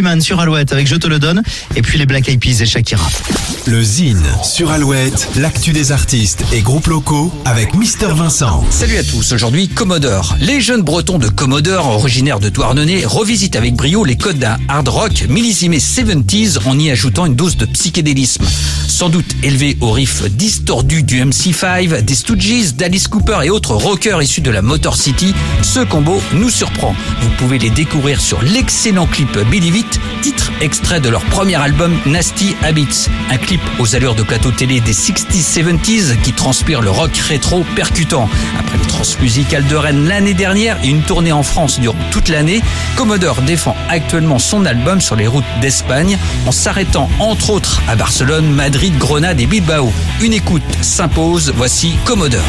Slimane sur Alouette avec Je te le donne. Et puis les Black Eyed Peas et Shakira. Le Zine sur Alouette, l'actu des artistes et groupes locaux avec Mister Vincent. Salut à tous, aujourd'hui Commodore. Les jeunes bretons de Commodore, originaires de Douarnenez, revisitent avec brio les codes d'un hard rock millésimé 70s en y ajoutant une dose de psychédélisme. Sans doute élevé au riff distordu du MC5, des Stooges, d'Alice Cooper et autres rockers issus de la Motor City, ce combo nous surprend. Vous pouvez les découvrir sur l'excellent clip Believe It, titre extrait de leur premier album Nasty Habits. Un clip aux allures de plateau télé des 60s-70s qui transpire le rock rétro percutant. Après le Transmusical de Rennes l'année dernière et une tournée en France durant toute l'année, Commodore défend actuellement son album sur les routes d'Espagne en s'arrêtant entre autres à Barcelone, Madrid, Grenade et Bilbao. Une écoute s'impose, voici Commodore.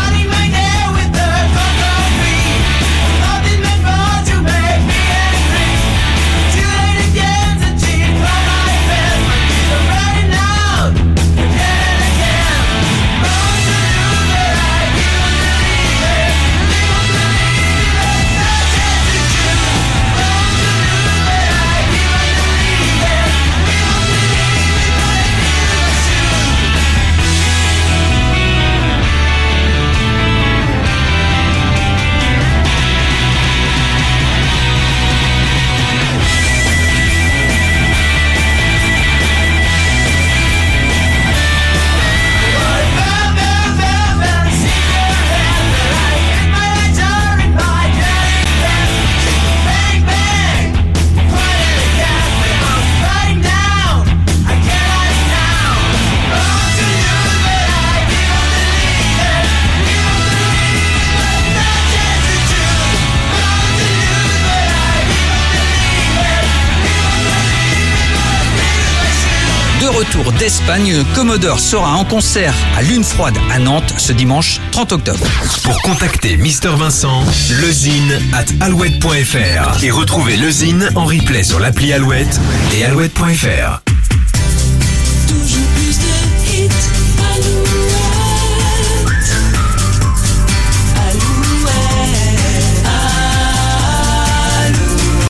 De retour d'Espagne, Commodore sera en concert à Lune Froide à Nantes ce dimanche 30 octobre. Pour contacter Mister Vincent, lezine@alouette.fr et retrouver le Zine en replay sur l'appli Alouette et alouette.fr.